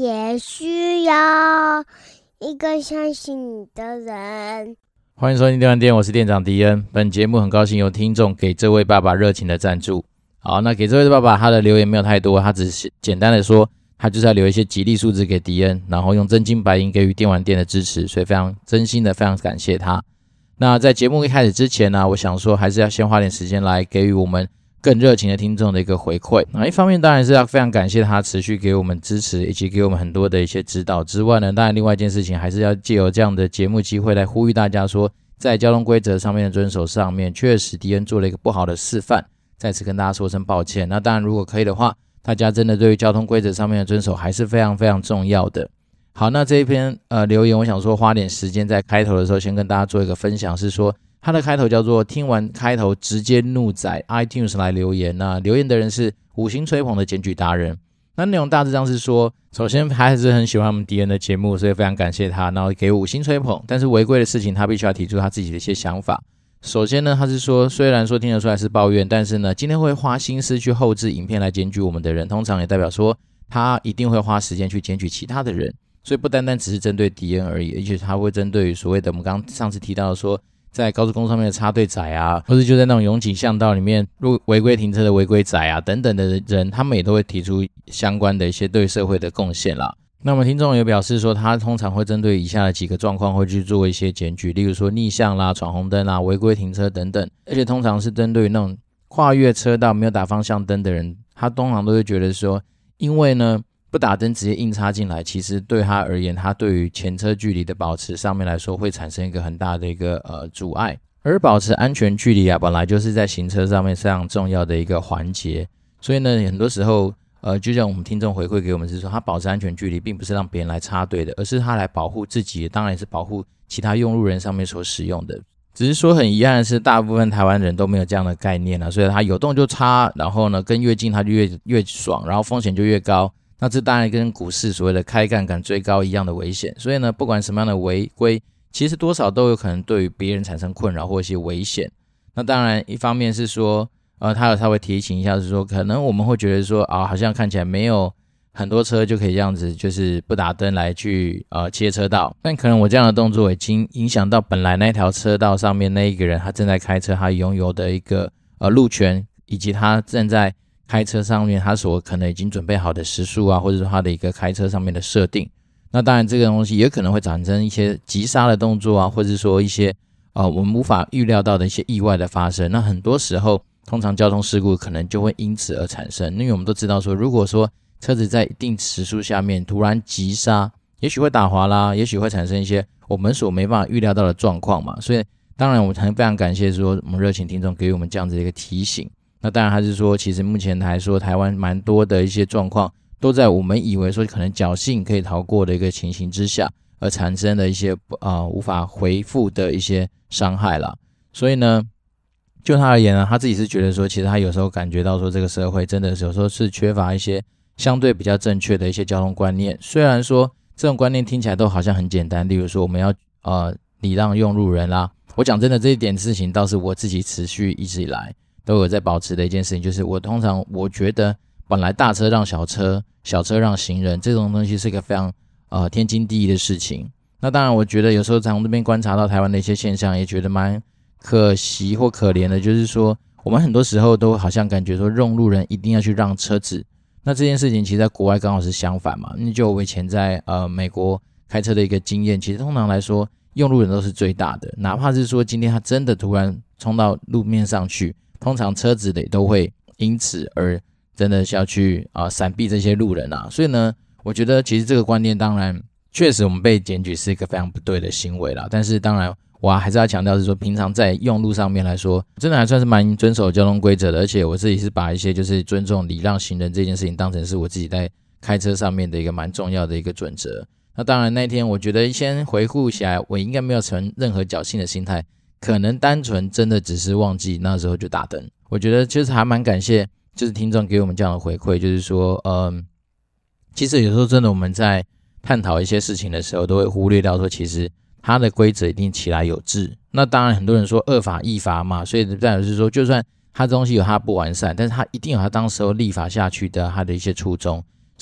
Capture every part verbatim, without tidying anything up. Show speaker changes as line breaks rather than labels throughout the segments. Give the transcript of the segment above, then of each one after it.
也需要一个相信你的人。
欢迎收听电玩店，我是店长迪恩。本节目很高兴由听众给这位爸爸热情的赞助。好，那给这位爸爸他的留言没有太多，他只是简单的说，他就是要留一些吉利数字给迪恩，然后用真金白银给予电玩店的支持，所以非常真心的非常感谢他。那在节目一开始之前呢，我想说还是要先花点时间来给予我们更热情的听众的一个回馈。那一方面当然是要非常感谢他持续给我们支持，以及给我们很多的一些指导之外呢，当然另外一件事情还是要借由这样的节目机会来呼吁大家说，在交通规则上面的遵守上面，确实迪恩做了一个不好的示范，再次跟大家说声抱歉。那当然如果可以的话，大家真的对于交通规则上面的遵守还是非常非常重要的。好，那这一篇呃留言，我想说花点时间在开头的时候先跟大家做一个分享，是说它的开头叫做听完开头直接怒宰 iTunes 来留言。那留言的人是五星吹捧的检举达人。那内容大致上是说，首先还是很喜欢我们迪恩的节目，所以非常感谢他，然后给五星吹捧，但是违规的事情他必须要提出他自己的一些想法。首先呢，他是说虽然说听得出来是抱怨，但是呢今天会花心思去后制影片来检举我们的人，通常也代表说他一定会花时间去检举其他的人，所以不单单只是针对迪恩而已，而且他会针对于所谓的我们刚刚上次提到的说在高速公路上面的插队仔啊，或者就在那种拥挤巷道里面违规停车的违规仔啊等等的人，他们也都会提出相关的一些对社会的贡献啦。那么听众也表示说，他通常会针对以下的几个状况会去做一些检举，例如说逆向啦、闯红灯啦、违规停车等等，而且通常是针对于那种跨越车道没有打方向灯的人，他通常都会觉得说，因为呢不打灯直接硬插进来，其实对他而言，他对于前车距离的保持上面来说会产生一个很大的一个呃阻碍。而保持安全距离啊，本来就是在行车上面非常重要的一个环节，所以呢很多时候呃，就像我们听众回馈给我们是说，他保持安全距离并不是让别人来插队的，而是他来保护自己，当然也是保护其他用路人上面所使用的。只是说很遗憾的是，大部分台湾人都没有这样的概念啊，所以他有动就插，然后呢跟越近他就越越爽，然后风险就越高。那这当然跟股市所谓的开杠杆追高一样的危险，所以呢不管什么样的违规，其实多少都有可能对于别人产生困扰或一些危险。那当然一方面是说呃，他有稍微提醒一下，是说可能我们会觉得说啊，好像看起来没有很多车就可以这样子，就是不打灯来去呃切车道，但可能我这样的动作已经影响到本来那条车道上面那一个人他正在开车，他拥有的一个呃路权，以及他正在开车上面他所可能已经准备好的时速啊，或者说他的一个开车上面的设定。那当然这个东西也可能会产生一些急刹的动作啊，或者说一些呃我们无法预料到的一些意外的发生。那很多时候通常交通事故可能就会因此而产生，因为我们都知道说，如果说车子在一定时速下面突然急刹，也许会打滑啦，也许会产生一些我们所没办法预料到的状况嘛。所以当然我们非常感谢说我们热情听众给予我们这样子的一个提醒。那当然还是说，其实目前来说台湾蛮多的一些状况都在我们以为说可能侥幸可以逃过的一个情形之下，而产生的一些呃无法回复的一些伤害啦。所以呢就他而言呢，他自己是觉得说，其实他有时候感觉到说，这个社会真的有时候是缺乏一些相对比较正确的一些交通观念。虽然说这种观念听起来都好像很简单，例如说我们要呃礼让用路人啦。我讲真的，这一点事情倒是我自己持续一直以来都有在保持的一件事情，就是我通常我觉得本来大车让小车，小车让行人，这种东西是一个非常呃天经地义的事情。那当然，我觉得有时候从这边观察到台湾的一些现象，也觉得蛮可惜或可怜的，就是说我们很多时候都好像感觉说用路人一定要去让车子，那这件事情其实在国外刚好是相反嘛。那就我以前在呃美国开车的一个经验，其实通常来说用路人都是最大的，哪怕是说今天他真的突然冲到路面上去，通常车子的都会因此而真的是要去啊、呃、闪避这些路人啊。所以呢我觉得其实这个观念当然确实我们被检举是一个非常不对的行为啦，但是当然我还是要强调是说，平常在用路上面来说，真的还算是蛮遵守交通规则的，而且我自己是把一些就是尊重礼让行人这件事情当成是我自己在开车上面的一个蛮重要的一个准则。那当然那天我觉得先回顾起来，我应该没有存任何侥幸的心态，可能单纯真的只是忘记那时候就打灯。我觉得就是还蛮感谢就是听众给我们这样的回馈，就是说嗯，其实有时候真的我们在探讨一些事情的时候都会忽略掉说，其实它的规则一定起来有致。那当然很多人说恶法亦法嘛，所以代表是说就算它东西有它不完善，但是它一定有它当时候立法下去的它的一些初衷。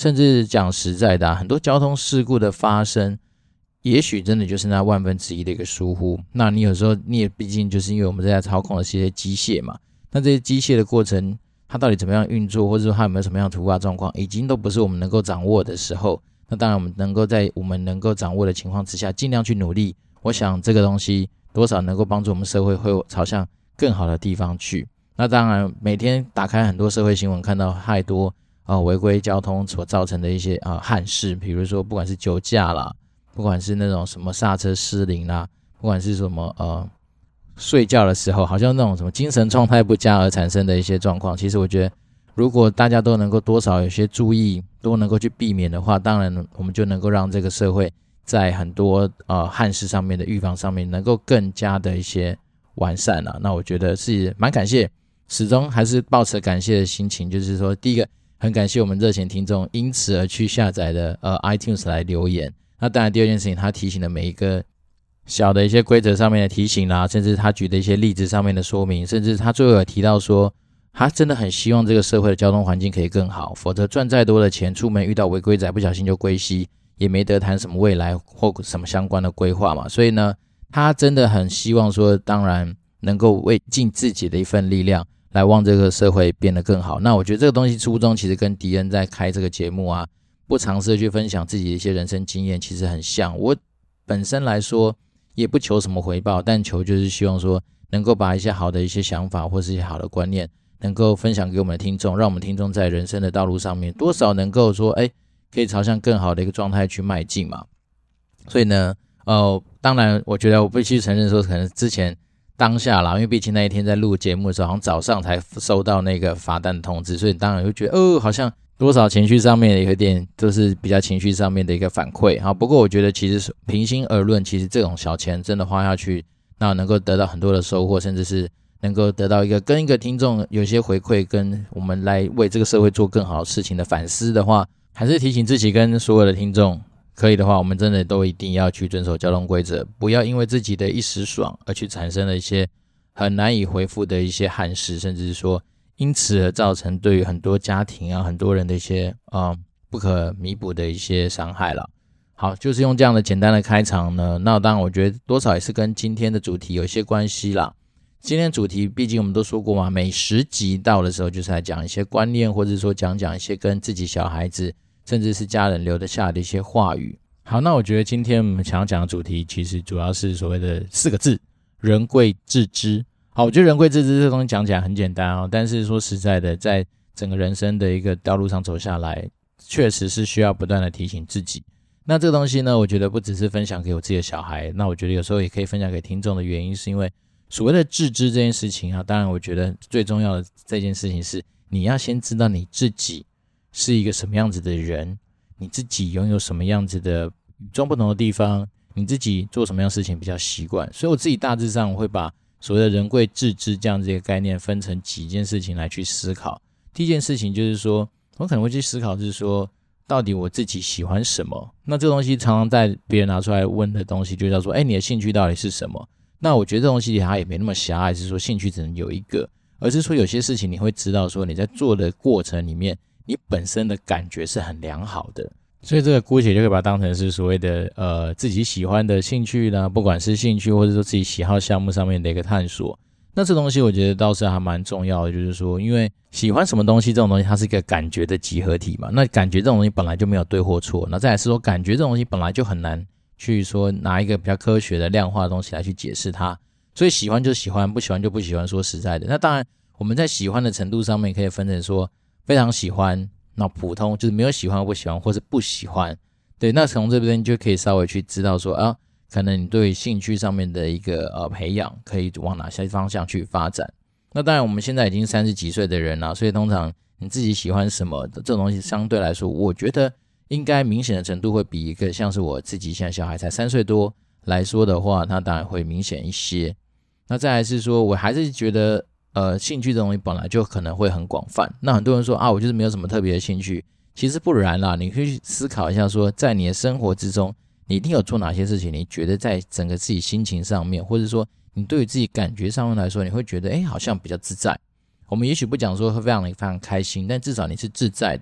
甚至讲实在的、啊、很多交通事故的发生也许真的就是那万分之一的一个疏忽。那你有时候你也毕竟就是因为我们在操控的是一些机械嘛，那这些机械的过程它到底怎么样运作，或者说它有没有什么样的突发状况，已经都不是我们能够掌握的时候，那当然我们能够在我们能够掌握的情况之下尽量去努力，我想这个东西多少能够帮助我们社会会朝向更好的地方去。那当然每天打开很多社会新闻，看到太多呃违规交通所造成的一些呃憾事，比如说不管是酒驾啦，不管是那种什么刹车失灵啦，不管是什么呃睡觉的时候好像那种什么精神状态不佳而产生的一些状况，其实我觉得如果大家都能够多少有些注意，都能够去避免的话，当然我们就能够让这个社会在很多呃憾事上面的预防上面能够更加的一些完善啦。那我觉得是蛮感谢，始终还是抱持感谢的心情，就是说第一个很感谢我们热情听众因此而去下载的呃 iTunes 来留言。那当然第二件事情，他提醒了每一个小的一些规则上面的提醒啦，甚至他举的一些例子上面的说明，甚至他最后有提到说他真的很希望这个社会的交通环境可以更好，否则赚再多的钱出门遇到违规仔不小心就归西，也没得谈什么未来或什么相关的规划嘛。所以呢他真的很希望说当然能够为尽自己的一份力量来让这个社会变得更好。那我觉得这个东西初衷其实跟迪恩在开这个节目啊，不尝试去分享自己的一些人生经验其实很像。我本身来说也不求什么回报，但求就是希望说能够把一些好的一些想法或是一些好的观念能够分享给我们的听众，让我们听众在人生的道路上面多少能够说哎，可以朝向更好的一个状态去迈进嘛。所以呢呃，当然我觉得我必须承认说可能之前当下啦，因为毕竟那一天在录节目的时候好像早上才收到那个罚单的通知，所以当然会觉得哦，好像多少情绪上面有点就是比较情绪上面的一个反馈。好，不过我觉得其实平心而论，其实这种小钱真的花下去，那能够得到很多的收获，甚至是能够得到一个跟一个听众有些回馈，跟我们来为这个社会做更好的事情的反思的话，还是提醒自己跟所有的听众，可以的话我们真的都一定要去遵守交通规则，不要因为自己的一时爽而去产生了一些很难以回复的一些憾事，甚至是说因此而造成对于很多家庭啊很多人的一些呃不可弥补的一些伤害了。好，就是用这样的简单的开场呢，那当然我觉得多少也是跟今天的主题有一些关系啦。今天的主题毕竟我们都说过嘛，每十集到的时候就是来讲一些观念，或者说讲讲一些跟自己小孩子甚至是家人留得下的一些话语。好，那我觉得今天我们想要讲的主题其实主要是所谓的四个字，人贵自知。好，我觉得人贵自知这东西讲起来很简单哦，但是说实在的，在整个人生的一个道路上走下来，确实是需要不断的提醒自己。那这个东西呢，我觉得不只是分享给我自己的小孩，那我觉得有时候也可以分享给听众的原因是因为所谓的自知这件事情啊，当然我觉得最重要的这件事情是你要先知道你自己是一个什么样子的人，你自己拥有什么样子的与众不同的地方，你自己做什么样的事情比较习惯。所以我自己大致上我会把所谓的人贵自知这样子一个概念分成几件事情来去思考。第一件事情就是说我可能会去思考是说到底我自己喜欢什么。那这个东西常常在别人拿出来问的东西就叫做哎，你的兴趣到底是什么。那我觉得这东西它也没那么狭隘，是说兴趣只能有一个，而是说有些事情你会知道说你在做的过程里面你本身的感觉是很良好的，所以这个姑且就可以把它当成是所谓的呃自己喜欢的兴趣啦，不管是兴趣或者说自己喜好项目上面的一个探索。那这东西我觉得倒是还蛮重要的，就是说因为喜欢什么东西这种东西它是一个感觉的集合体嘛，那感觉这种东西本来就没有对或错，那再来是说感觉这种东西本来就很难去说拿一个比较科学的量化的东西来去解释它，所以喜欢就喜欢，不喜欢就不喜欢。说实在的，那当然我们在喜欢的程度上面可以分成说非常喜欢，那普通就是没有喜欢或不喜欢，或是不喜欢。对，那从这边就可以稍微去知道说啊，可能你对兴趣上面的一个呃培养可以往哪些方向去发展。那当然我们现在已经三十几岁的人了，所以通常你自己喜欢什么的这种东西相对来说我觉得应该明显的程度会比一个像是我自己现在小孩才三岁多来说的话，那当然会明显一些。那再来是说我还是觉得呃兴趣这东西本来就可能会很广泛。那很多人说啊我就是没有什么特别的兴趣，其实不然啦，你可以去思考一下说在你的生活之中你一定有做哪些事情你觉得在整个自己心情上面，或者说你对于自己感觉上面来说你会觉得诶好像比较自在。我们也许不讲说会非常非常开心，但至少你是自在的。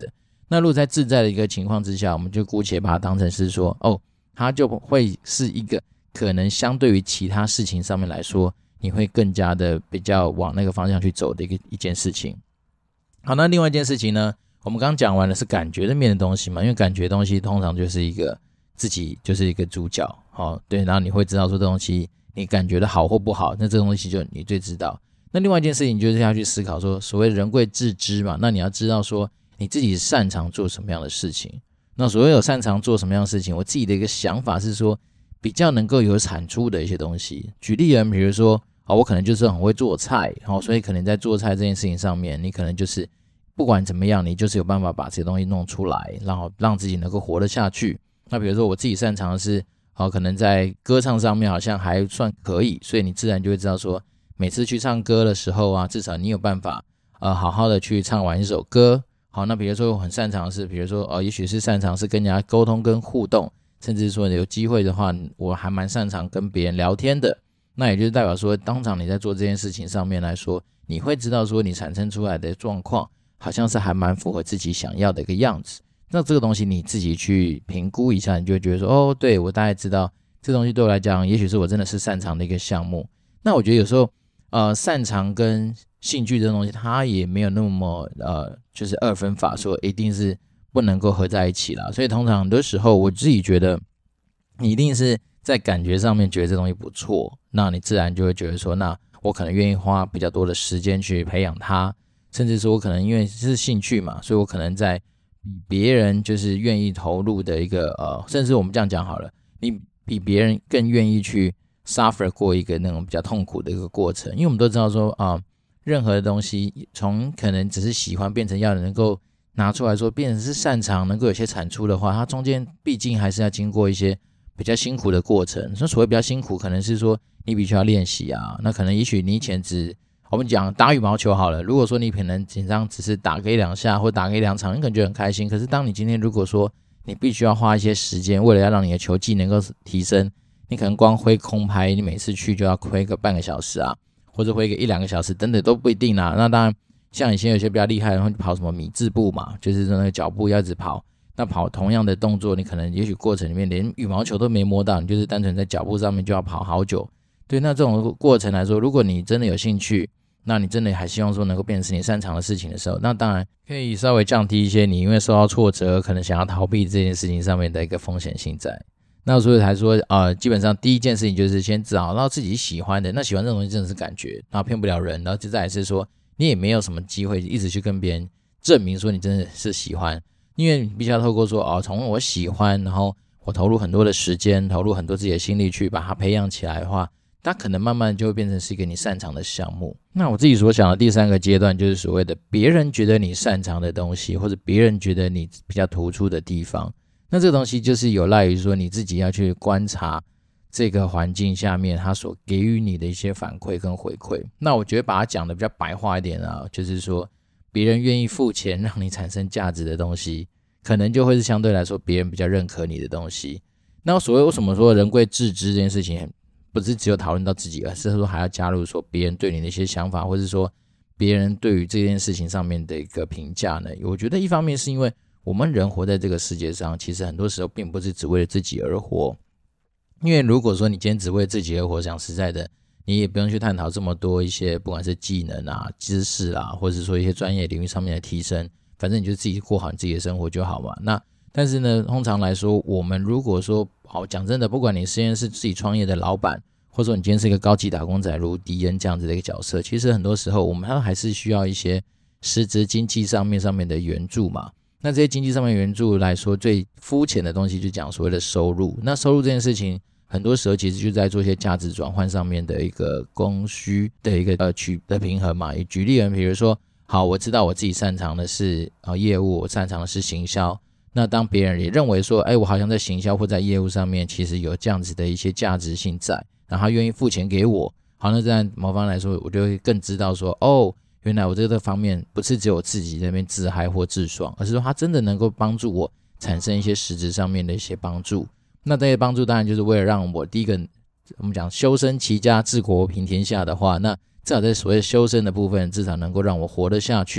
那如果在自在的一个情况之下，我们就姑且把它当成是说，哦，它就会是一个可能相对于其他事情上面来说，你会更加的比较往那个方向去走的一个一件事情。好，那另外一件事情呢，我们刚刚讲完的是感觉的面的东西嘛，因为感觉的东西通常就是一个自己就是一个主角，哦，对，然后你会知道说这东西你感觉的好或不好，那这东西就你最知道。那另外一件事情就是要去思考说，所谓人贵自知嘛，那你要知道说你自己擅长做什么样的事情。那所谓有擅长做什么样的事情，我自己的一个想法是说，比较能够有产出的一些东西。举例人，比如说，哦，我可能就是很会做菜，哦，所以可能在做菜这件事情上面，你可能就是不管怎么样，你就是有办法把这些东西弄出来，然后让自己能够活得下去。那比如说我自己擅长的是，哦，可能在歌唱上面好像还算可以，所以你自然就会知道说，每次去唱歌的时候啊，至少你有办法呃好好的去唱完一首歌。好，那比如说我很擅长的是，比如说呃也许是擅长是跟人家沟通跟互动，甚至说有机会的话，我还蛮擅长跟别人聊天的。那也就是代表说，当场你在做这件事情上面来说，你会知道说你产生出来的状况好像是还蛮符合自己想要的一个样子。那这个东西你自己去评估一下，你就会觉得说，哦，对，我大概知道这东西对我来讲，也许是我真的是擅长的一个项目。那我觉得有时候呃，擅长跟兴趣这种东西，它也没有那么呃，就是二分法，说一定是不能够合在一起啦。所以通常很多时候，我自己觉得，你一定是在感觉上面觉得这东西不错，那你自然就会觉得说，那我可能愿意花比较多的时间去培养它，甚至说我可能因为是兴趣嘛，所以我可能在比别人就是愿意投入的一个呃，甚至我们这样讲好了，你比别人更愿意去suffer 过一个那种比较痛苦的一个过程。因为我们都知道说啊、呃，任何的东西从可能只是喜欢变成要能够拿出来说变成是擅长能够有些产出的话，它中间毕竟还是要经过一些比较辛苦的过程。所以所谓比较辛苦，可能是说你必须要练习啊，那可能也许你以前只我们讲打羽毛球好了，如果说你可能紧张只是打个一两下或打个一两场，你可能觉得很开心。可是当你今天如果说你必须要花一些时间，为了要让你的球技能够提升，你可能光挥空拍，你每次去就要挥个半个小时啊，或者挥个一两个小时等等都不一定啦。那当然像以前有些比较厉害的人会跑什么米字步嘛，就是那个脚步要一直跑，那跑同样的动作，你可能也许过程里面连羽毛球都没摸到，你就是单纯在脚步上面就要跑好久。对，那这种过程来说，如果你真的有兴趣，那你真的还希望说能够变成你擅长的事情的时候，那当然可以稍微降低一些你因为受到挫折可能想要逃避这件事情上面的一个风险性在。那所以才说呃，基本上第一件事情就是先找到自己喜欢的，那喜欢这种东西真的是感觉，然后骗不了人，然后就再来是说你也没有什么机会一直去跟别人证明说你真的是喜欢，因为你必须要透过说哦，从我喜欢，然后我投入很多的时间，投入很多自己的心力去把它培养起来的话，它可能慢慢就会变成是一个你擅长的项目。那我自己所想的第三个阶段就是所谓的别人觉得你擅长的东西，或者别人觉得你比较突出的地方。那这个东西就是有赖于说你自己要去观察这个环境下面他所给予你的一些反馈跟回馈。那我觉得把它讲的比较白话一点啊，就是说别人愿意付钱让你产生价值的东西，可能就会是相对来说别人比较认可你的东西。那所谓为什么说人贵自知这件事情不是只有讨论到自己，而是说还要加入说别人对你的一些想法，或是说别人对于这件事情上面的一个评价呢？我觉得一方面是因为我们人活在这个世界上，其实很多时候并不是只为了自己而活。因为如果说你今天只为自己而活，讲实在的，你也不用去探讨这么多一些不管是技能啊、知识啊，或者说一些专业领域上面的提升，反正你就自己过好你自己的生活就好嘛。那但是呢，通常来说，我们如果说好讲真的，不管你现在是自己创业的老板，或者说你今天是一个高级打工仔如迪恩这样子的一个角色，其实很多时候我们还是需要一些实质经济上面上面的援助嘛。那这些经济上面援助来说，最肤浅的东西就讲所谓的收入。那收入这件事情，很多时候其实就在做一些价值转换上面的一个供需的一个呃取的平衡嘛。举例人，比如说，好，我知道我自己擅长的是呃业务，我擅长的是行销。那当别人也认为说，哎，我好像在行销或在业务上面其实有这样子的一些价值性在，然后他愿意付钱给我，好，那这样某方来说，我就会更知道说，哦，原来我这个方面不是只有我自己在那边自嗨或自爽，而是说它真的能够帮助我产生一些实质上面的一些帮助。那这些帮助当然就是为了让我第一个我们讲修身齐家治国平天下的话，那至少在所谓修身的部分至少能够让我活得下去。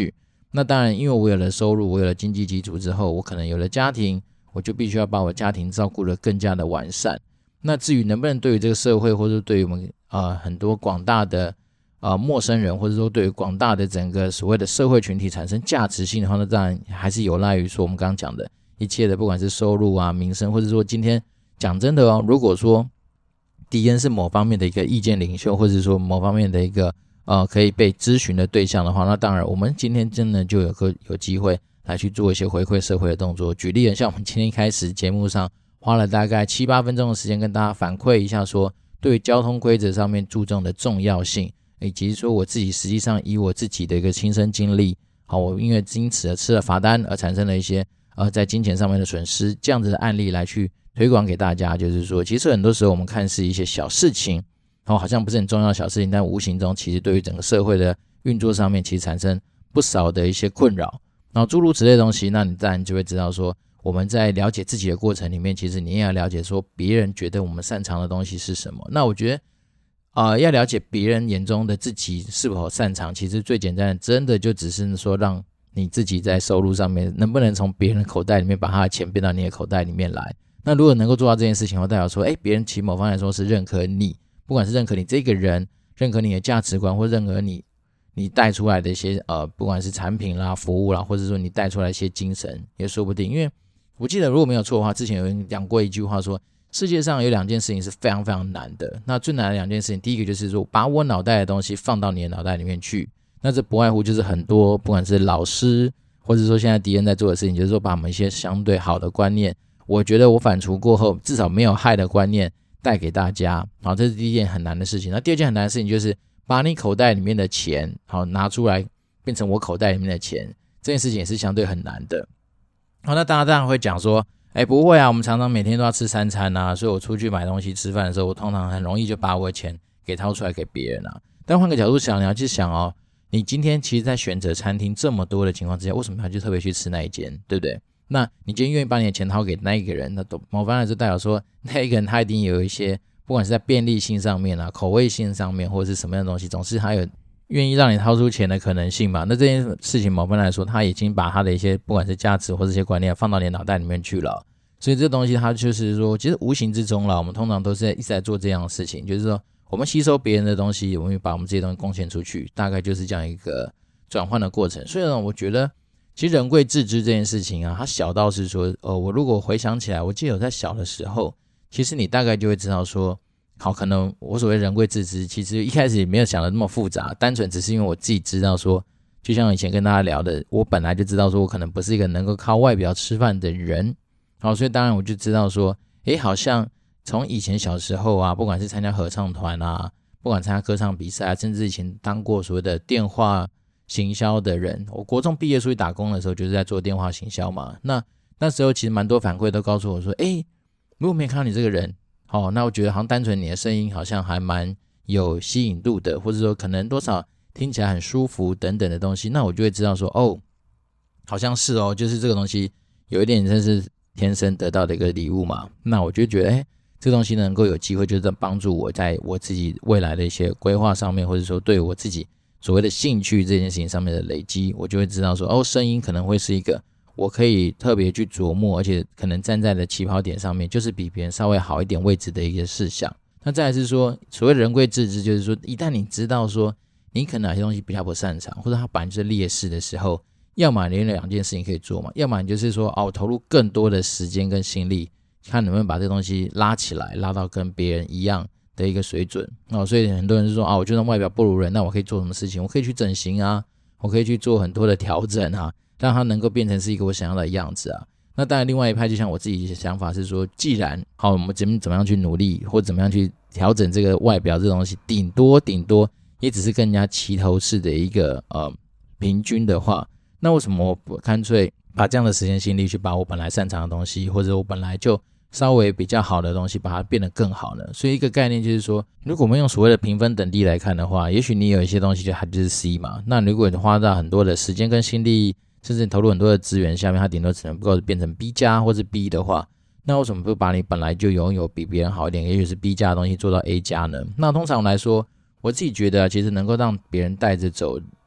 那当然，因为我有了收入，我有了经济基础之后，我可能有了家庭，我就必须要把我家庭照顾得更加的完善。那至于能不能对于这个社会，或者对于我们呃很多广大的呃陌生人，或者说对于广大的整个所谓的社会群体产生价值性的话，那当然还是有赖于说我们刚刚讲的一切的，不管是收入啊、民生，或者说今天讲真的哦，如果说迪恩是某方面的一个意见领袖，或者说某方面的一个呃可以被咨询的对象的话，那当然我们今天真的就有个有机会来去做一些回馈社会的动作。举例，像我们今天一开始节目上花了大概七八分钟的时间跟大家反馈一下说对于交通规则上面注重的重要性，以及说我自己实际上以我自己的一个亲身经历，好，我因为因此而吃了罚单而产生了一些呃在金钱上面的损失，这样子的案例来去推广给大家。就是说其实很多时候我们看似一些小事情，哦，好像不是很重要的小事情，但无形中其实对于整个社会的运作上面其实产生不少的一些困扰，然后诸如此类的东西，那你当然就会知道说我们在了解自己的过程里面，其实你也要了解说别人觉得我们擅长的东西是什么。那我觉得呃，要了解别人眼中的自己是否擅长，其实最简单的真的就只是说让你自己在收入上面能不能从别人的口袋里面把他的钱变到你的口袋里面来。那如果能够做到这件事情的话，代表说诶别人其某方面来说是认可你，不管是认可你这个人，认可你的价值观，或认可你你带出来的一些呃，不管是产品啦、服务啦，或者说你带出来一些精神也说不定。因为我记得如果没有错的话，之前有人讲过一句话说世界上有两件事情是非常非常难的，那最难的两件事情，第一个就是说把我脑袋的东西放到你的脑袋里面去，那这不外乎就是很多不管是老师或者说现在迪恩在做的事情，就是说把我们一些相对好的观念，我觉得我反刍过后至少没有害的观念带给大家。好，这是第一件很难的事情。那第二件很难的事情就是把你口袋里面的钱好拿出来变成我口袋里面的钱，这件事情也是相对很难的。好，那大家当然会讲说哎，不会啊，我们常常每天都要吃三餐啊，所以我出去买东西吃饭的时候，我通常很容易就把我的钱给掏出来给别人啊。但换个角度想，你要去想哦，你今天其实在选择餐厅这么多的情况之下，为什么要去特别去吃那一间，对不对？那你今天愿意把你的钱掏给那一个人，那某方面就代表说那一个人他一定有一些不管是在便利性上面啊、口味性上面，或者是什么样的东西，总是他有愿意让你掏出钱的可能性嘛。那这件事情某方面来说，他已经把他的一些不管是价值或者一些观念放到你的脑袋里面去了。所以这东西它就是说其实无形之中啦，我们通常都是一直在做这样的事情，就是说我们吸收别人的东西，我们把我们这些东西贡献出去，大概就是这样一个转换的过程。所以呢，我觉得其实人贵自知这件事情啊，它小到是说呃，我如果回想起来，我记得我在小的时候，其实你大概就会知道说好，可能我所谓人贵自知，其实一开始也没有想的那么复杂，单纯只是因为我自己知道说，就像以前跟大家聊的，我本来就知道说我可能不是一个能够靠外表吃饭的人。好，所以当然我就知道说诶，好像从以前小时候啊，不管是参加合唱团啊，不管参加歌唱比赛啊，甚至以前当过所谓的电话行销的人，我国中毕业出去打工的时候就是在做电话行销嘛。那那时候其实蛮多反馈都告诉我说诶，如果没有看到你这个人，好，那我觉得好像单纯你的声音好像还蛮有吸引度的，或者说可能多少听起来很舒服等等的东西，那我就会知道说哦，好像是哦，就是这个东西有一点真是天生得到的一个礼物嘛。那我就觉得诶，这东西能够有机会就是帮助我在我自己未来的一些规划上面，或者说对我自己所谓的兴趣这件事情上面的累积，我就会知道说哦，声音可能会是一个我可以特别去琢磨，而且可能站在的起跑点上面就是比别人稍微好一点位置的一个事项。那再来是说所谓的人贵自知，就是说一旦你知道说你可能哪些东西比较不擅长，或者它本来就是劣势的时候，要么你有两件事情可以做嘛，要么你就是说哦，投入更多的时间跟心力，看能不能把这东西拉起来，拉到跟别人一样的一个水准。哦，所以很多人是说啊，我觉得外表不如人，那我可以做什么事情？我可以去整形啊，我可以去做很多的调整啊，让它能够变成是一个我想要的样子啊。那当然另外一派就像我自己的想法是说，既然好，我们怎么样去努力，或怎么样去调整这个外表这东西，顶多顶多也只是跟人家齐头式的一个呃平均的话，那为什么我不干脆把这样的时间心力去把我本来擅长的东西，或者我本来就稍微比较好的东西把它变得更好呢？所以一个概念就是说，如果我们用所谓的评分等地来看的话，也许你有一些东西就它就是 C 嘛，那如果你花到很多的时间跟心力，甚至你投入很多的资源下面，它顶多只能够变成 B 加或是 B 的话，那为什么不把你本来就拥有比别人好一点，也许是 B 加的东西做到 A 加呢？那通常来说，我自己觉得、啊、其实能够让别人带着走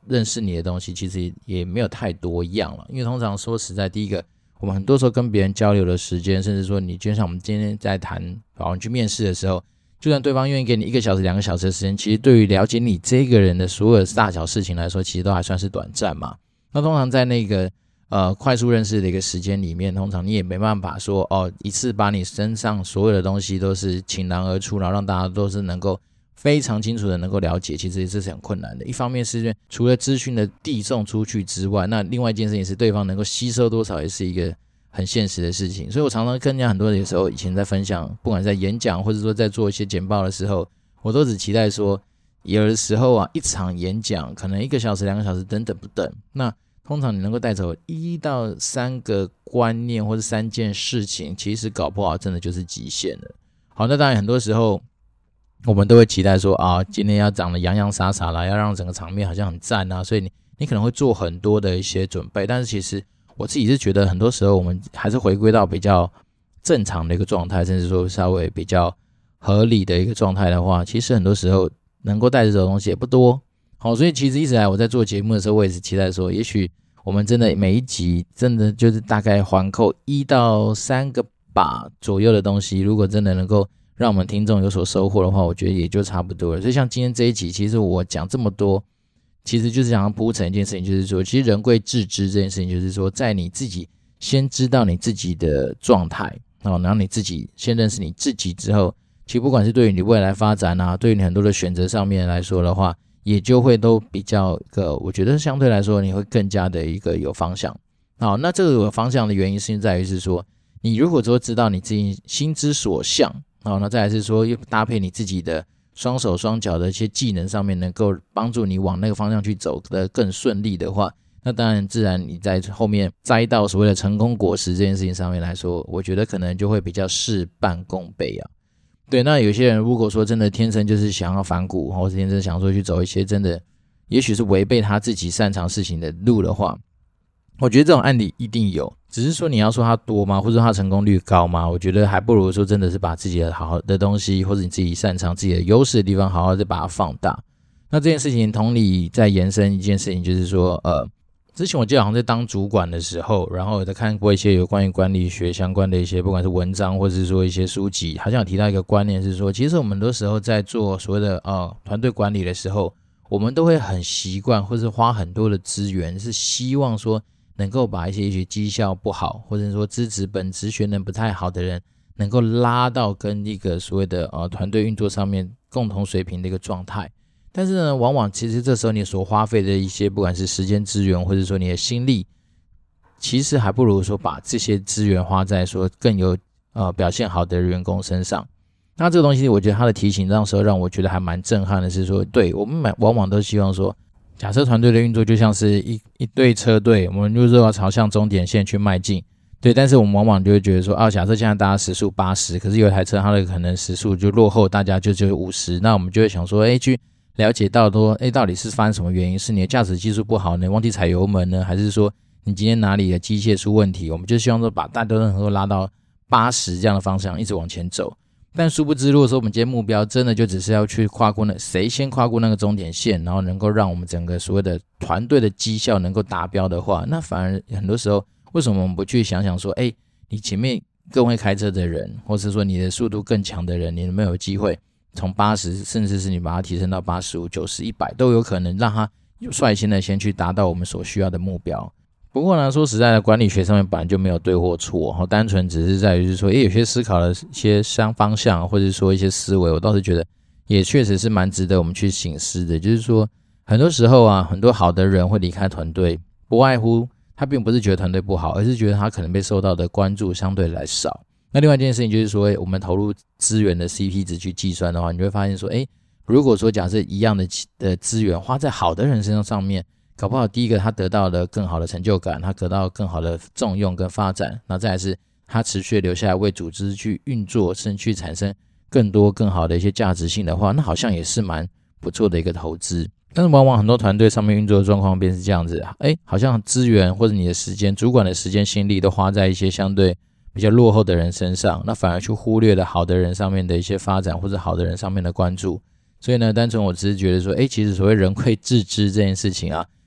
认识你的东西其实也没有太多样了。因为通常说实在，第一个我们很多时候跟别人交流的时间，甚至说你就像我们今天在谈好你去面试的时候，就算对方愿意给你一个小时两个小时的时间，其实对于了解你这个人的所有大小事情来说，其实都还算是短暂嘛。那通常在那个呃快速认识的一个时间里面，通常你也没办法说哦一次把你身上所有的东西都是倾囊而出，然后让大家都是能够非常清楚的能够了解，其实这是很困难的。一方面是除了资讯的递送出去之外，那另外一件事情是对方能够吸收多少，也是一个很现实的事情。所以我常常跟人家很多的时候，以前在分享，不管在演讲或者说在做一些简报的时候，我都只期待说，有的时候啊，一场演讲可能一个小时、两个小时等等不等，那通常你能够带走一到三个观念或者三件事情，其实搞不好真的就是极限了。好，那当然很多时候我们都会期待说啊，今天要讲的洋洋洒洒啦，要让整个场面好像很赞啊，所以你你可能会做很多的一些准备，但是其实我自己是觉得很多时候我们还是回归到比较正常的一个状态，甚至说稍微比较合理的一个状态的话，其实很多时候能够带着这种东西也不多。好，所以其实一直来我在做节目的时候，我也是期待说，也许我们真的每一集真的就是大概环扣一到三个把左右的东西，如果真的能够让我们听众有所收获的话，我觉得也就差不多了。所以像今天这一集，其实我讲这么多，其实就是想要铺陈一件事情，就是说其实人贵自知这件事情，就是说在你自己先知道你自己的状态，然后你自己先认识你自己之后，其实不管是对于你未来发展啊，对于你很多的选择上面来说的话，也就会都比较一个，我觉得相对来说你会更加的一个有方向。好，那这个有方向的原因是在于是说，你如果说知道你自己心之所向，好，那再来是说又搭配你自己的双手双脚的一些技能上面，能够帮助你往那个方向去走得更顺利的话，那当然自然你在后面摘到所谓的成功果实这件事情上面来说，我觉得可能就会比较事半功倍啊。对，那有些人如果说真的天生就是想要反骨，或是天生想说去走一些真的也许是违背他自己擅长事情的路的话，我觉得这种案例一定有，只是说你要说它多吗，或者说它成功率高吗，我觉得还不如说真的是把自己的好好的东西，或者你自己擅长自己的优势的地方好好的把它放大。那这件事情同理再延伸一件事情，就是说呃，之前我记得好像在当主管的时候，然后有在看过一些有关于管理学相关的一些不管是文章或者是说一些书籍，好像有提到一个观念是说，其实我们很多时候在做所谓的呃团队管理的时候，我们都会很习惯或是花很多的资源，是希望说能够把一些一些绩效不好，或者说资质本职学能不太好的人，能够拉到跟一个所谓的呃团队运作上面共同水平的一个状态。但是呢，往往其实这时候你所花费的一些不管是时间资源，或者说你的心力，其实还不如说把这些资源花在说更有呃表现好的员工身上。那这个东西我觉得他的提醒那时候让我觉得还蛮震撼的，是说对我们往往都希望说，假设团队的运作就像是一一队车队，我们就是要朝向终点线去迈进，对，但是我们往往就会觉得说啊，假设现在大家时速八十，可是有一台车它的可能时速就落后大家就只有五十，那我们就会想说，哎，去了解到说，哎，到底是发生什么原因？是你的驾驶技术不好呢，忘记踩油门呢，还是说你今天哪里的机械出问题？我们就希望说把大家都能够拉到八十这样的方向一直往前走。但殊不知，如果说我们今天目标真的就只是要去跨过那谁先跨过那个终点线，然后能够让我们整个所谓的团队的绩效能够达标的话，那反而很多时候为什么我们不去想想说，哎，你前面更会开车的人，或是说你的速度更强的人，你有没有机会从八十甚至是你把它提升到八十五、九十、一百都有可能让他率先的先去达到我们所需要的目标。不过呢，说实在的，管理学上面本来就没有对或错，单纯只是在于是说，诶，有些思考的一些相方向，或者说一些思维，我倒是觉得也确实是蛮值得我们去省思的。就是说，很多时候啊，很多好的人会离开团队，不外乎他并不是觉得团队不好，而是觉得他可能被受到的关注相对来少。那另外一件事情就是说，我们投入资源的 C P 值去计算的话，你就会发现说，诶，如果说假设一样的的资源花在好的人身上上面，搞不好第一个他得到了更好的成就感，他得到更好的重用跟发展，那再来是他持续留下来为组织去运作，甚至去产生更多更好的一些价值性的话，那好像也是蛮不错的一个投资。但是往往很多团队上面运作的状况便是这样子，诶，好像资源或者你的时间，主管的时间心力都花在一些相对比较落后的人身上，那反而去忽略了好的人上面的一些发展，或者好的人上面的关注。所以呢，单纯我只是觉得说，诶，其实所谓人贵自知这件事情啊，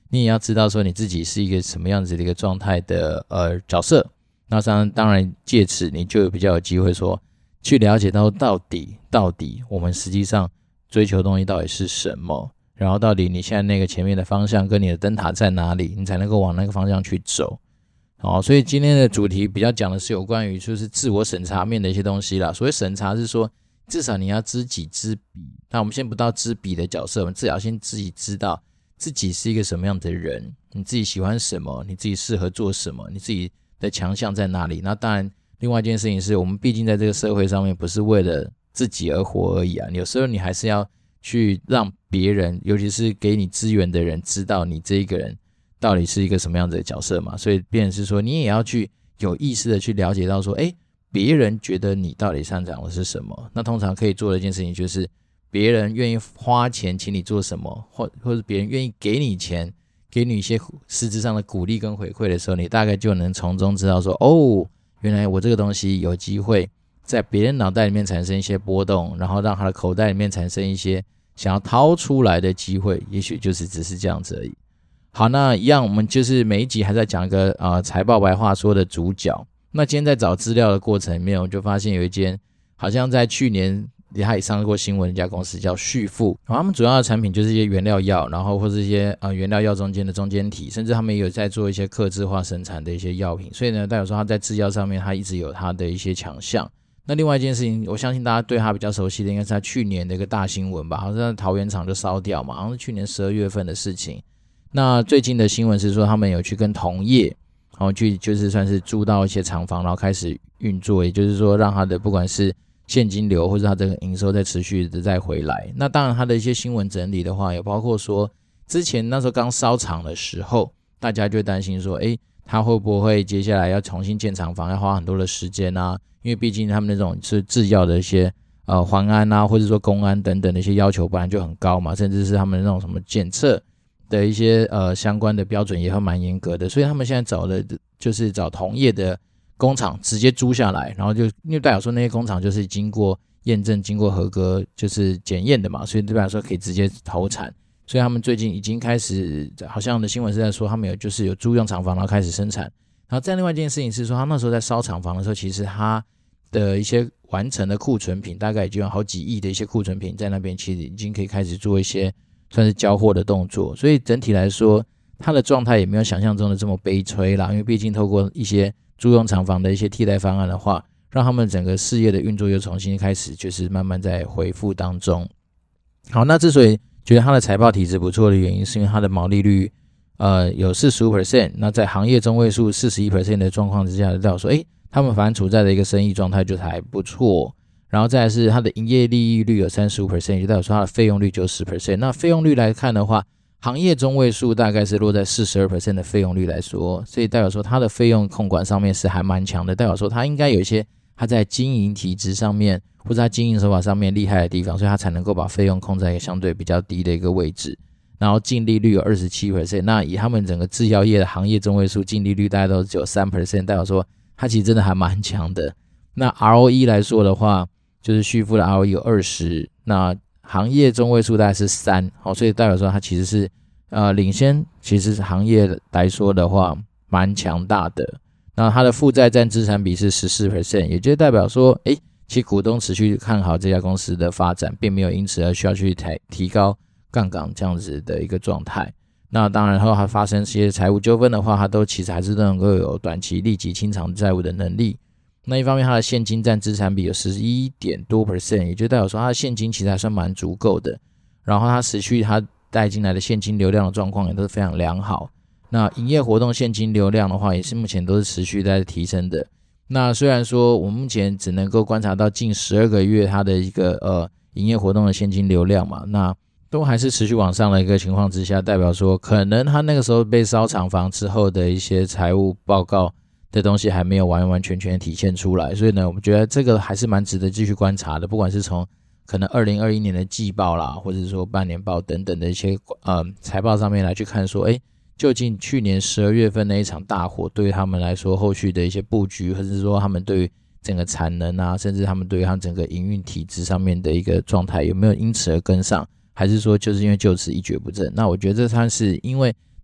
你也要知道说你自己是一个什么样子的一个状态的呃角色。那当然借此你就比较有机会说去了解到到底到底我们实际上追求的东西到底是什么，然后到底你现在那个前面的方向跟你的灯塔在哪里，你才能够往那个方向去走。好，所以今天的主题比较讲的是有关于就是自我审查面的一些东西啦。所谓审查是说至少你要知己知彼，那我们先不到知彼的角色，我们至少先自己知道自己是一个什么样的人，你自己喜欢什么，你自己适合做什么，你自己的强项在哪里。那当然另外一件事情是我们毕竟在这个社会上面不是为了自己而活而已啊，有时候你还是要去让别人，尤其是给你资源的人知道你这一个人到底是一个什么样子的角色嘛。所以变成是说你也要去有意识的去了解到说诶别人觉得你到底擅长的是什么。那通常可以做的一件事情就是别人愿意花钱请你做什么，或或者别人愿意给你钱，给你一些实质上的鼓励跟回馈的时候，你大概就能从中知道说哦，原来我这个东西有机会在别人脑袋里面产生一些波动，然后让他的口袋里面产生一些想要掏出来的机会，也许就是只是这样子而已。好，那一样我们就是每一集还在讲一个呃财报白话说的主角。那今天在找资料的过程里面，我就发现有一间好像在去年他也上过新闻的一家公司叫旭富，他们主要的产品就是一些原料药，然后或是一些呃原料药中间的中间体，甚至他们也有在做一些客制化生产的一些药品。所以呢，代表说他在制药上面他一直有他的一些强项。那另外一件事情，我相信大家对他比较熟悉的应该是他去年的一个大新闻吧，好像在桃园厂就烧掉嘛，好像是去年十二月份的事情。那最近的新闻是说他们有去跟同业然后去就是算是租到一些厂房，然后开始运作，也就是说让他的不管是现金流或者他的营收再持续的再回来。那当然他的一些新闻整理的话，也包括说之前那时候刚烧厂的时候，大家就担心说诶他会不会接下来要重新建厂房，要花很多的时间啊，因为毕竟他们那种是制药的一些呃环安啊或者说公安等等的一些要求本来就很高嘛，甚至是他们那种什么检测的一些呃相关的标准也会蛮严格的。所以他们现在找的就是找同业的工厂直接租下来，然后就因为代表说那些工厂就是经过验证经过合格就是检验的嘛，所以代表说可以直接投产。所以他们最近已经开始，好像的新闻是在说他们有就是有租用厂房然后开始生产。然后再另外一件事情是说他那时候在烧厂房的时候，其实他的一些完成的库存品大概已经有好几亿的一些库存品在那边，其实已经可以开始做一些算是交货的动作。所以整体来说他的状态也没有想象中的这么悲催啦，因为毕竟透过一些租用厂房的一些替代方案的话，让他们整个事业的运作又重新开始就是慢慢在恢复当中。好，那之所以觉得他的财报体质不错的原因是因为他的毛利率呃有 百分之四十五， 那在行业中位数 百分之四十一 的状况之下，就代表说诶他们反正处在的一个生意状态就还不错。然后再来是他的营业利益率有 百分之三十五， 也就代表说他的费用率 百分之九十。 那费用率来看的话，行业中位数大概是落在 百分之四十二 的费用率来说，所以代表说他的费用控管上面是还蛮强的，代表说他应该有一些他在经营体质上面或者他经营手法上面厉害的地方，所以他才能够把费用控在一个相对比较低的一个位置。然后净利率有 百分之二十七， 那以他们整个制药业的行业中位数净利率大概都只有 百分之三， 代表说他其实真的还蛮强的。那 R O E 来说的话，就是旭富的 R O E 有二十，那行业中位数大概是三，好，所以代表说它其实是呃领先，其实行业来说的话蛮强大的。那它的负债占资产比是 百分之十四， 也就代表说诶其股东持续看好这家公司的发展，并没有因此而需要去提高杠杆这样子的一个状态。那当然后它发生一些财务纠纷的话，它都其实还是能够有短期立即清偿债务的能力。那一方面它的现金占资产比有 百分之十一点多， 也就代表说它的现金其实还算蛮足够的，然后它持续它带进来的现金流量的状况也都是非常良好。那营业活动现金流量的话也是目前都是持续在提升的。那虽然说我们目前只能够观察到近十二个月它的一个呃营业活动的现金流量嘛，那都还是持续往上的一个情况之下，代表说可能它那个时候被烧厂房之后的一些财务报告的东西还没有完完全全体现出来。所以呢我们觉得这个还是蛮值得继续观察的，不管是从可能二零二一年的季报啦，或者是说半年报等等的一些呃财报上面来去看说诶究竟去年十二月份那一场大火对于他们来说后续的一些布局，或者是说他们对于整个产能啊，甚至他们对于他们整个营运体制上面的一个状态有没有因此而跟上，还是说就是因为就此一蹶不振。那我觉得这算是因为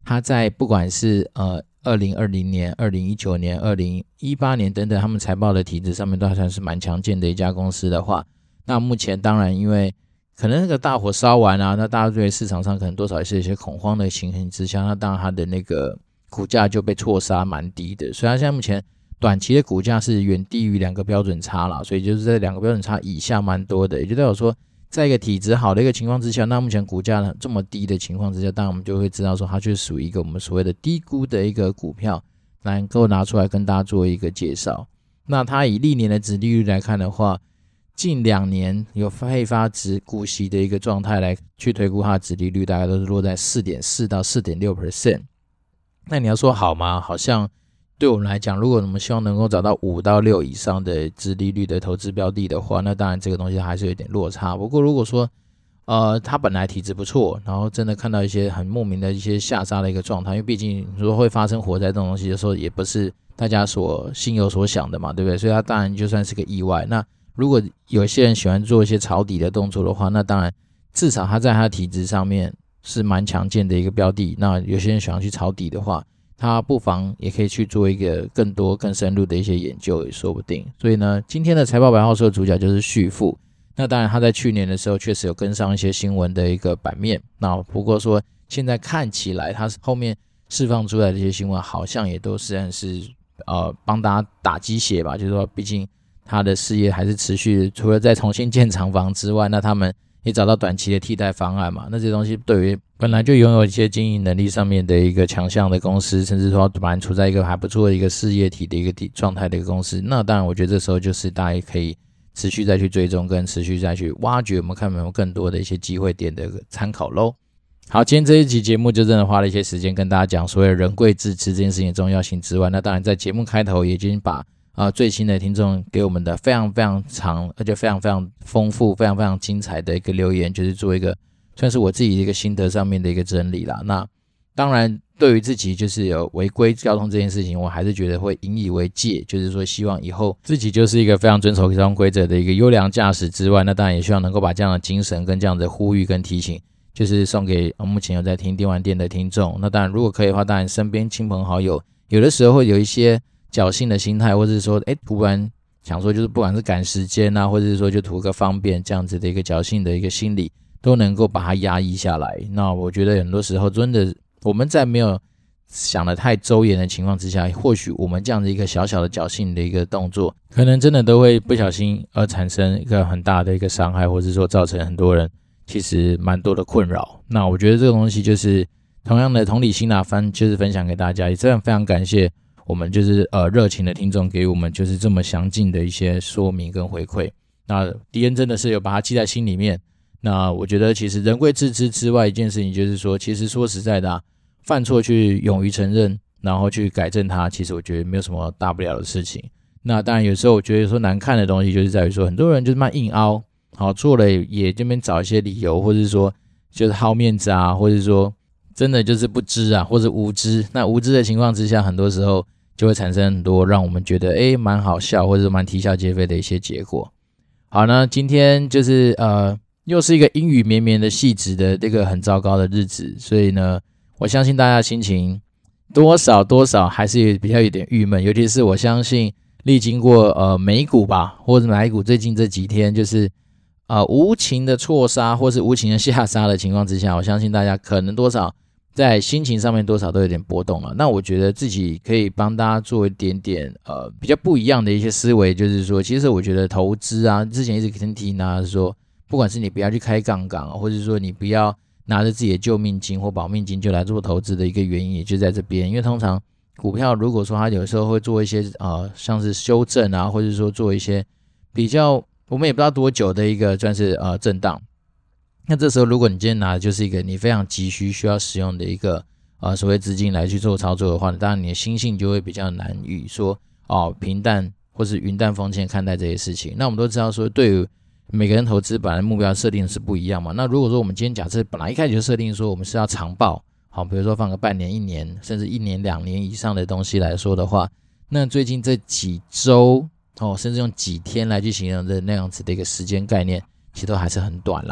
它在不管是呃二零二零年、二零一九年、二零一八年等等，他们财报的体质上面都还算是蛮强健的一家公司的话，那目前当然因为可能那个大火烧完啊，那大家对市场上可能多少也是有些恐慌的情形之下，那当然它的那个股价就被错杀蛮低的，所以它现在目前短期的股价是远低于两个标准差啦，所以就是在两个标准差以下蛮多的，也就代表说在一个体质好的一个情况之下，那目前股价这么低的情况之下，当然我们就会知道说它就是属于一个我们所谓的低估的一个股票，能够拿出来跟大家做一个介绍。那它以历年的殖利率来看的话，近两年有配发值股息的一个状态来去推估它的殖利率，大概都是落在 百分之四点四 到 百分之四点六。 那你要说好吗？好像对我们来讲，如果我们希望能够找到五到六以上的殖利率的投资标的的话，那当然这个东西还是有点落差。不过如果说呃，它本来体质不错，然后真的看到一些很莫名的一些下杀的一个状态，因为毕竟说会发生火灾这种东西的时候，也不是大家所心有所想的嘛，对不对？所以它当然就算是个意外。那如果有些人喜欢做一些抄底的动作的话，那当然至少它在它的体质上面是蛮强健的一个标的。那有些人喜欢去抄底的话，他不妨也可以去做一个更多更深入的一些研究也说不定。所以呢，今天的财报白话书的主角就是旭富。那当然他在去年的时候确实有跟上一些新闻的一个版面，那不过说现在看起来他后面释放出来的一些新闻好像也都是是呃帮大家打鸡血吧，就是说毕竟他的事业还是持续，除了再重新建厂房之外，那他们也找到短期的替代方案嘛。那这些东西对于本来就拥有一些经营能力上面的一个强项的公司，甚至说本来处在一个还不错的一个事业体的一个状态的一个公司，那当然我觉得这时候就是大家可以持续再去追踪跟持续再去挖掘，我们看有没有更多的一些机会点的参考咯。好，今天这一集节目就真的花了一些时间跟大家讲所谓人贵自知这件事情的重要性之外，那当然在节目开头也已经把呃，最新的听众给我们的非常非常长而且非常非常丰富非常非常精彩的一个留言，就是做一个算是我自己的一个心得上面的一个整理啦。那当然对于自己就是有违规交通这件事情，我还是觉得会引以为戒，就是说希望以后自己就是一个非常遵守交通规则的一个优良驾驶之外，那当然也希望能够把这样的精神跟这样的呼吁跟提醒就是送给目前有在听电玩店的听众。那当然如果可以的话，当然身边亲朋好友有的时候会有一些侥幸的心态，或者是说诶突然想说就是不管是赶时间啊，或者是说就图个方便这样子的一个侥幸的一个心理，都能够把它压抑下来。那我觉得很多时候真的我们在没有想得太周延的情况之下，或许我们这样的一个小小的侥幸的一个动作，可能真的都会不小心而产生一个很大的一个伤害，或者说造成很多人其实蛮多的困扰。那我觉得这个东西就是同样的同理心啊，分就是分享给大家，也真的非常感谢我们就是呃热情的听众给我们就是这么详尽的一些说明跟回馈。那迪恩真的是有把它记在心里面。那我觉得其实人贵自知之外一件事情就是说，其实说实在的啊，犯错去勇于承认，然后去改正它，其实我觉得没有什么大不了的事情。那当然有时候我觉得说难看的东西就是在于说很多人就是蛮硬凹，好做了也这边找一些理由，或者是说就是好面子啊，或者是说真的就是不知啊，或者无知。那无知的情况之下，很多时候就会产生很多让我们觉得诶蛮好笑，或者蛮啼笑皆非的一些结果。好，那今天就是呃又是一个阴雨绵绵的细致的这个很糟糕的日子，所以呢我相信大家的心情多少多少还是比较有点郁闷，尤其是我相信历经过呃美股吧，或者台股最近这几天就是呃无情的错杀或是无情的下杀的情况之下，我相信大家可能多少在心情上面多少都有点波动了。那我觉得自己可以帮大家做一点点呃比较不一样的一些思维，就是说其实我觉得投资啊，之前一直跟提呢说，不管是你不要去开杠杆，或者说你不要拿着自己的救命金或保命金就来做投资的一个原因也就在这边。因为通常股票如果说它有时候会做一些呃像是修正啊，或者说做一些比较我们也不知道多久的一个算是呃震荡，那这时候如果你今天拿的就是一个你非常急需需要使用的一个呃所谓资金来去做操作的话，当然你的心性就会比较难以说哦平淡或是云淡风轻看待这些事情。那我们都知道说对于每个人投资本来目标设定是不一样嘛。那如果说我们今天假设本来一开始就设定说我们是要长抱，好，比如说放个半年、一年，甚至一年、两年以上的东西来说的话，那最近这几周哦，甚至用几天来去形容的那样子的一个时间概念，其实都还是很短啦。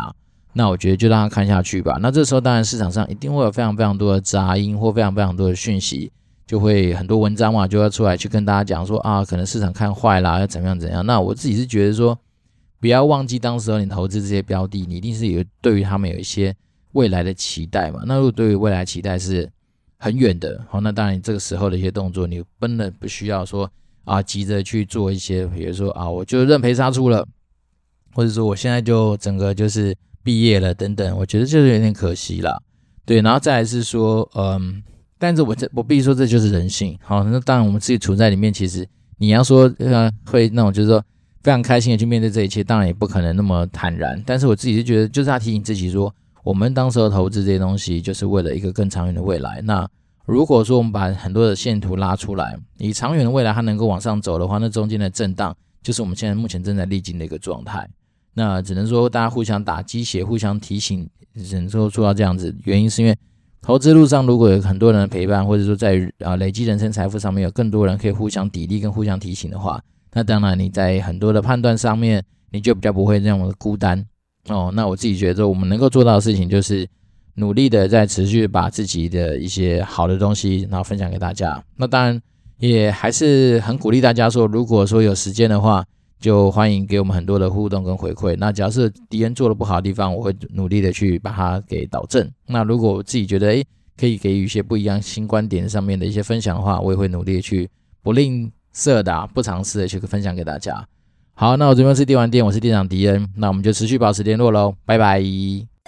那我觉得就让他看下去吧。那这时候当然市场上一定会有非常非常多的杂音或非常非常多的讯息，就会很多文章嘛就要出来去跟大家讲说啊，可能市场看坏啦，要怎么样怎样。那我自己是觉得说，不要忘记当时候你投资这些标的，你一定是有对于他们有一些未来的期待嘛。那如果对于未来期待是很远的，好，那当然你这个时候的一些动作，你根本不需要说啊急着去做一些，比如说啊我就认赔杀出了，或者说我现在就整个就是毕业了等等，我觉得就是有点可惜啦。对，然后再来是说，嗯，但是我这我必须说这就是人性。好，那当然我们自己处在里面，其实你要说呃会那种就是说非常开心的去面对这一切，当然也不可能那么坦然。但是我自己是觉得，就是要提醒自己说，我们当时候投资这些东西，就是为了一个更长远的未来。那如果说我们把很多的线图拉出来，以长远的未来它能够往上走的话，那中间的震荡就是我们现在目前正在历经的一个状态。那只能说大家互相打鸡血，互相提醒，只能说做到这样子。原因是因为投资路上如果有很多人的陪伴，或者说在啊累积人生财富上面有更多人可以互相砥砺跟互相提醒的话，那当然你在很多的判断上面你就比较不会那么的孤单哦。那我自己觉得我们能够做到的事情就是努力的在持续把自己的一些好的东西然后分享给大家。那当然也还是很鼓励大家说，如果说有时间的话，就欢迎给我们很多的互动跟回馈。那假设敌人做的不好的地方，我会努力的去把它给导正。那如果我自己觉得诶可以给予一些不一样新观点上面的一些分享的话，我也会努力的去不吝啬的、啊、不尝试的去分享给大家。好，那我这边是电玩店，我是店长迪恩，那我们就持续保持联络咯，拜拜。